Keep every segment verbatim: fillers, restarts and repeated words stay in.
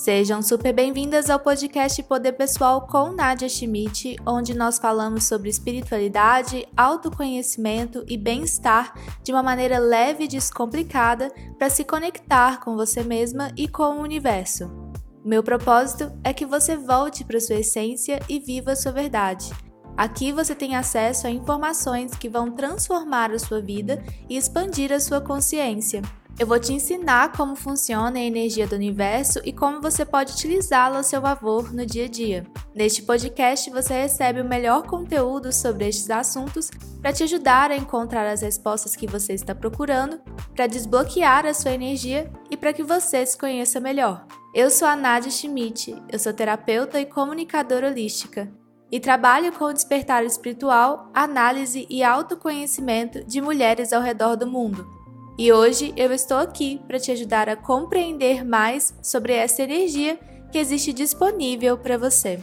Sejam super bem-vindas ao podcast Poder Pessoal com Nadia Schmidt, onde nós falamos sobre espiritualidade, autoconhecimento e bem-estar de uma maneira leve e descomplicada para se conectar com você mesma e com o universo. O meu propósito é que você volte para sua essência e viva a sua verdade. Aqui você tem acesso a informações que vão transformar a sua vida e expandir a sua consciência. Eu vou te ensinar como funciona a energia do universo e como você pode utilizá-la a seu favor no dia a dia. Neste podcast você recebe o melhor conteúdo sobre estes assuntos para te ajudar a encontrar as respostas que você está procurando, para desbloquear a sua energia e para que você se conheça melhor. Eu sou a Nadia Schmidt, eu sou terapeuta e comunicadora holística e trabalho com o despertar espiritual, análise e autoconhecimento de mulheres ao redor do mundo. E hoje eu estou aqui para te ajudar a compreender mais sobre essa energia que existe disponível para você.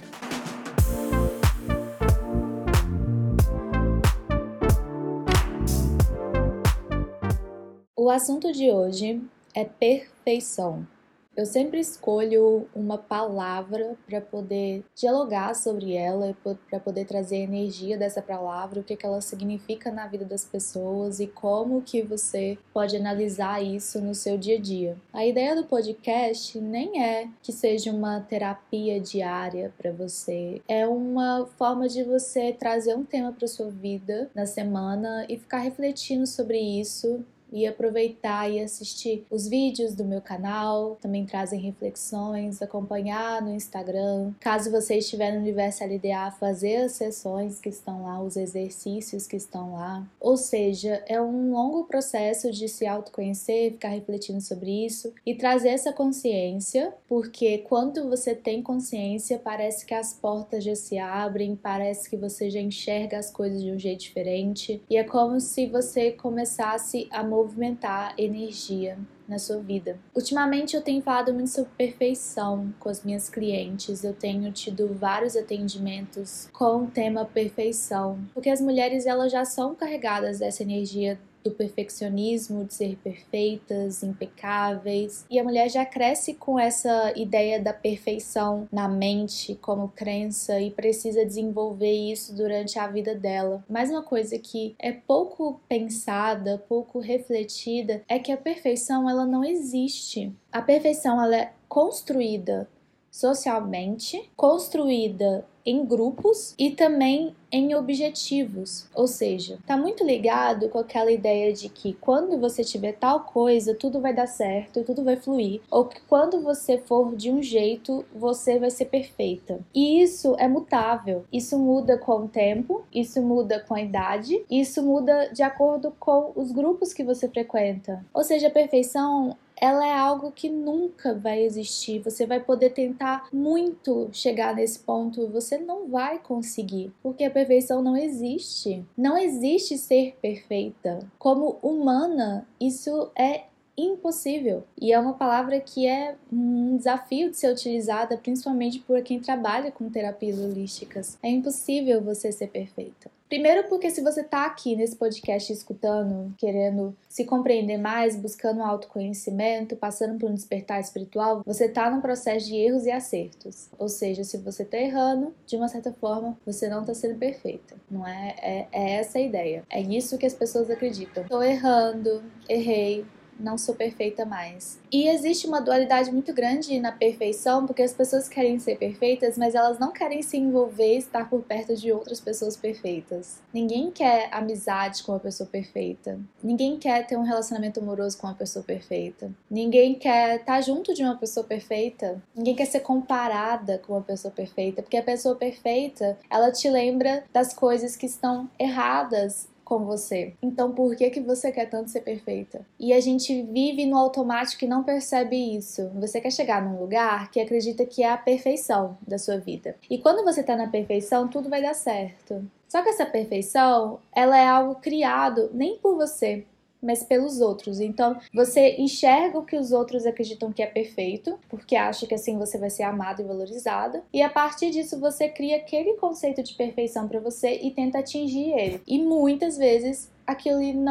O assunto de hoje é perfeição. Eu sempre escolho uma palavra para poder dialogar sobre ela, para poder trazer a energia dessa palavra, o que ela significa na vida das pessoas e como que você pode analisar isso no seu dia a dia. A ideia do podcast nem é que seja uma terapia diária para você, é uma forma de você trazer um tema para sua vida na semana e ficar refletindo sobre isso, e aproveitar e assistir os vídeos do meu canal, também trazem reflexões, acompanhar no Instagram. Caso você estiver no Universo L D A, fazer as sessões que estão lá, os exercícios que estão lá. Ou seja, é um longo processo de se autoconhecer, ficar refletindo sobre isso e trazer essa consciência, porque quando você tem consciência, parece que as portas já se abrem, parece que você já enxerga as coisas de um jeito diferente e é como se você começasse a movimentar energia na sua vida. Ultimamente eu tenho falado muito sobre perfeição com as minhas clientes, eu tenho tido vários atendimentos com o tema perfeição, porque as mulheres elas já são carregadas dessa energia do perfeccionismo, de ser perfeitas, impecáveis, e a mulher já cresce com essa ideia da perfeição na mente como crença e precisa desenvolver isso durante a vida dela. Mas uma coisa que é pouco pensada, pouco refletida, é que a perfeição ela não existe. A perfeição ela é construída socialmente, construída em grupos e também em objetivos, ou seja, está muito ligado com aquela ideia de que quando você tiver tal coisa, tudo vai dar certo, tudo vai fluir, ou que quando você for de um jeito, você vai ser perfeita. E isso é mutável, isso muda com o tempo, isso muda com a idade, isso muda de acordo com os grupos que você frequenta. Ou seja, a perfeição ela é algo que nunca vai existir. Você vai poder tentar muito chegar nesse ponto, você não vai conseguir, porque a perfeição não existe. Não existe ser perfeita. Como humana, isso é impossível. E é uma palavra que é um desafio de ser utilizada, principalmente por quem trabalha com terapias holísticas. É impossível você ser perfeita. Primeiro porque se você tá aqui nesse podcast escutando, querendo se compreender mais, buscando um autoconhecimento, passando por um despertar espiritual, você tá num processo de erros e acertos. Ou seja, se você tá errando, de uma certa forma, você não tá sendo perfeita. Não é? É, é essa a ideia. É isso que as pessoas acreditam. Tô errando, errei, não sou perfeita mais. E existe uma dualidade muito grande na perfeição, porque as pessoas querem ser perfeitas, mas elas não querem se envolver e estar por perto de outras pessoas perfeitas. Ninguém quer amizade com uma pessoa perfeita. Ninguém quer ter um relacionamento amoroso com uma pessoa perfeita. Ninguém quer estar junto de uma pessoa perfeita. Ninguém quer ser comparada com uma pessoa perfeita, porque a pessoa perfeita, ela te lembra das coisas que estão erradas com você. Então por que que você quer tanto ser perfeita? E a gente vive no automático e não percebe isso. Você quer chegar num lugar que acredita que é a perfeição da sua vida. E quando você tá na perfeição, tudo vai dar certo. Só que essa perfeição, ela é algo criado nem por você, mas pelos outros. Então, você enxerga o que os outros acreditam que é perfeito, porque acha que assim você vai ser amada e valorizada, e a partir disso você cria aquele conceito de perfeição para você e tenta atingir ele. E muitas vezes aquilo não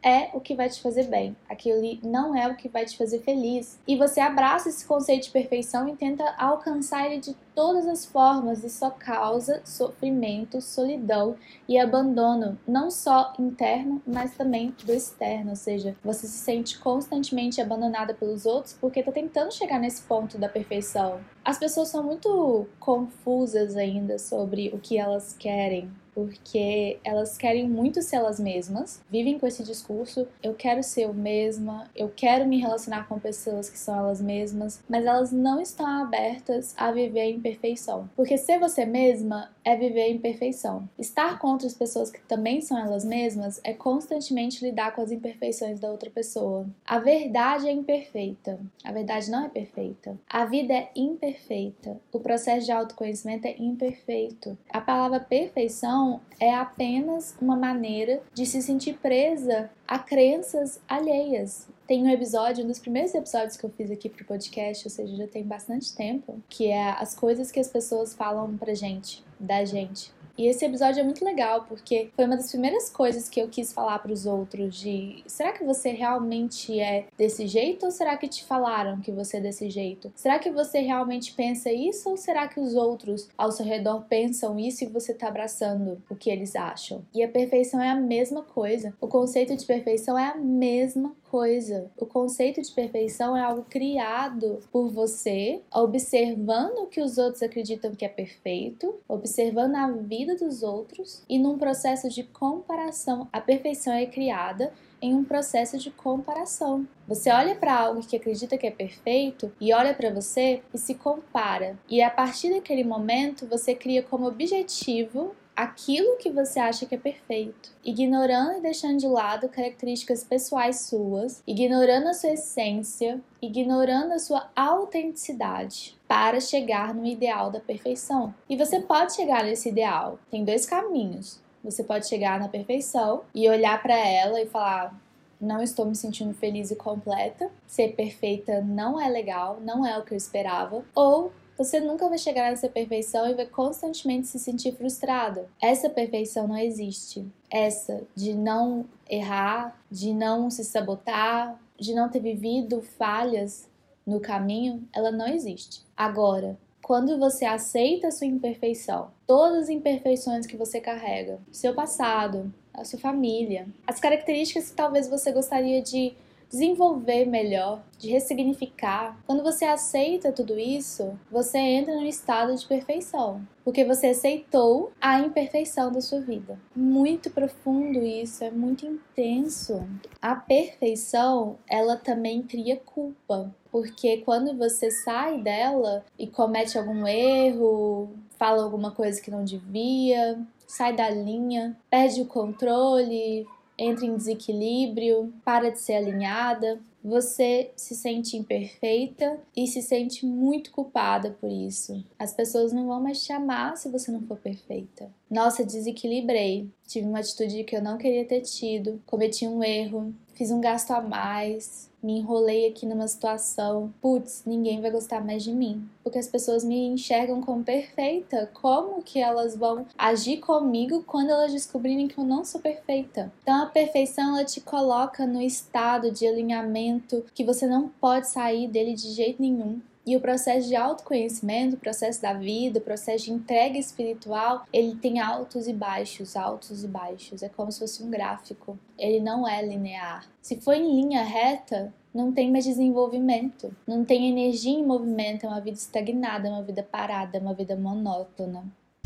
é o que vai te fazer bem, aquilo ali não é o que vai te fazer feliz. E você abraça esse conceito de perfeição e tenta alcançar ele de todas as formas, e só causa sofrimento, solidão e abandono, não só interno, mas também do externo, ou seja, você se sente constantemente abandonada pelos outros porque tá tentando chegar nesse ponto da perfeição. As pessoas são muito confusas ainda sobre o que elas querem, porque elas querem muito ser elas mesmas, vivem com esse discurso, eu quero ser eu mesma, eu quero me relacionar com pessoas que são elas mesmas, mas elas não estão abertas a viver em perfeição. Porque ser você mesma é viver em perfeição. Estar com outras pessoas que também são elas mesmas é constantemente lidar com as imperfeições da outra pessoa. A verdade é imperfeita. A verdade não é perfeita. A vida é imperfeita. O processo de autoconhecimento é imperfeito. A palavra perfeição é apenas uma maneira de se sentir presa a crenças alheias. Tem um episódio, um dos primeiros episódios que eu fiz aqui pro podcast, ou seja, já tem bastante tempo, que é as coisas que as pessoas falam pra gente, da gente. E esse episódio é muito legal, porque foi uma das primeiras coisas que eu quis falar pros outros, de será que você realmente é desse jeito ou será que te falaram que você é desse jeito? Será que você realmente pensa isso ou será que os outros ao seu redor pensam isso e você tá abraçando o que eles acham? E a perfeição é a mesma coisa. O conceito de perfeição é a mesma coisa. O conceito de perfeição é algo criado por você, observando o que os outros acreditam que é perfeito, observando a vida dos outros e num processo de comparação. A perfeição é criada em um processo de comparação. Você olha para algo que acredita que é perfeito e olha para você e se compara. E a partir daquele momento você cria como objetivo aquilo que você acha que é perfeito, ignorando e deixando de lado características pessoais suas, ignorando a sua essência, ignorando a sua autenticidade para chegar no ideal da perfeição. E você pode chegar nesse ideal. Tem dois caminhos. Você pode chegar na perfeição e olhar para ela e falar: não estou me sentindo feliz e completa, ser perfeita não é legal, não é o que eu esperava. Ou você nunca vai chegar nessa perfeição e vai constantemente se sentir frustrada. Essa perfeição não existe. Essa de não errar, de não se sabotar, de não ter vivido falhas no caminho, ela não existe. Agora, quando você aceita a sua imperfeição, todas as imperfeições que você carrega, seu passado, a sua família, as características que talvez você gostaria de desenvolver melhor, de ressignificar. Quando você aceita tudo isso, você entra num estado de perfeição, porque você aceitou a imperfeição da sua vida. Muito profundo isso, é muito intenso. A perfeição, ela também cria culpa, porque quando você sai dela e comete algum erro, fala alguma coisa que não devia, sai da linha, perde o controle, entra em desequilíbrio, para de ser alinhada, você se sente imperfeita e se sente muito culpada por isso. As pessoas não vão mais te amar se você não for perfeita. Nossa, desequilibrei, tive uma atitude que eu não queria ter tido, cometi um erro, fiz um gasto a mais, me enrolei aqui numa situação. Putz, ninguém vai gostar mais de mim, porque as pessoas me enxergam como perfeita. Como que elas vão agir comigo quando elas descobrirem que eu não sou perfeita? Então a perfeição, ela te coloca no estado de alinhamento que você não pode sair dele de jeito nenhum. E o processo de autoconhecimento, o processo da vida, o processo de entrega espiritual, ele tem altos e baixos, altos e baixos. É como se fosse um gráfico. Ele não é linear. Se for em linha reta, não tem mais desenvolvimento. Não tem energia em movimento, é uma vida estagnada, é uma vida parada, é uma vida monótona.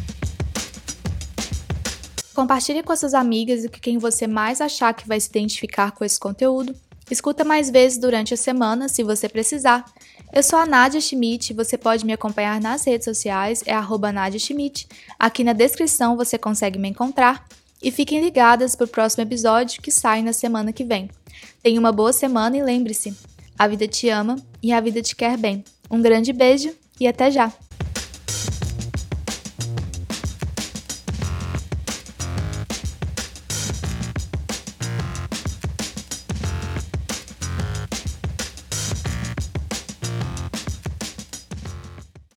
Compartilhe com as suas amigas e com quem você mais achar que vai se identificar com esse conteúdo. Escuta mais vezes durante a semana, se você precisar. Eu sou a Nádia Schmidt, você pode me acompanhar nas redes sociais, é arroba Nádia Schmidt. Aqui na descrição você consegue me encontrar. E fiquem ligadas para o próximo episódio que sai na semana que vem. Tenha uma boa semana e lembre-se, a vida te ama e a vida te quer bem. Um grande beijo e até já!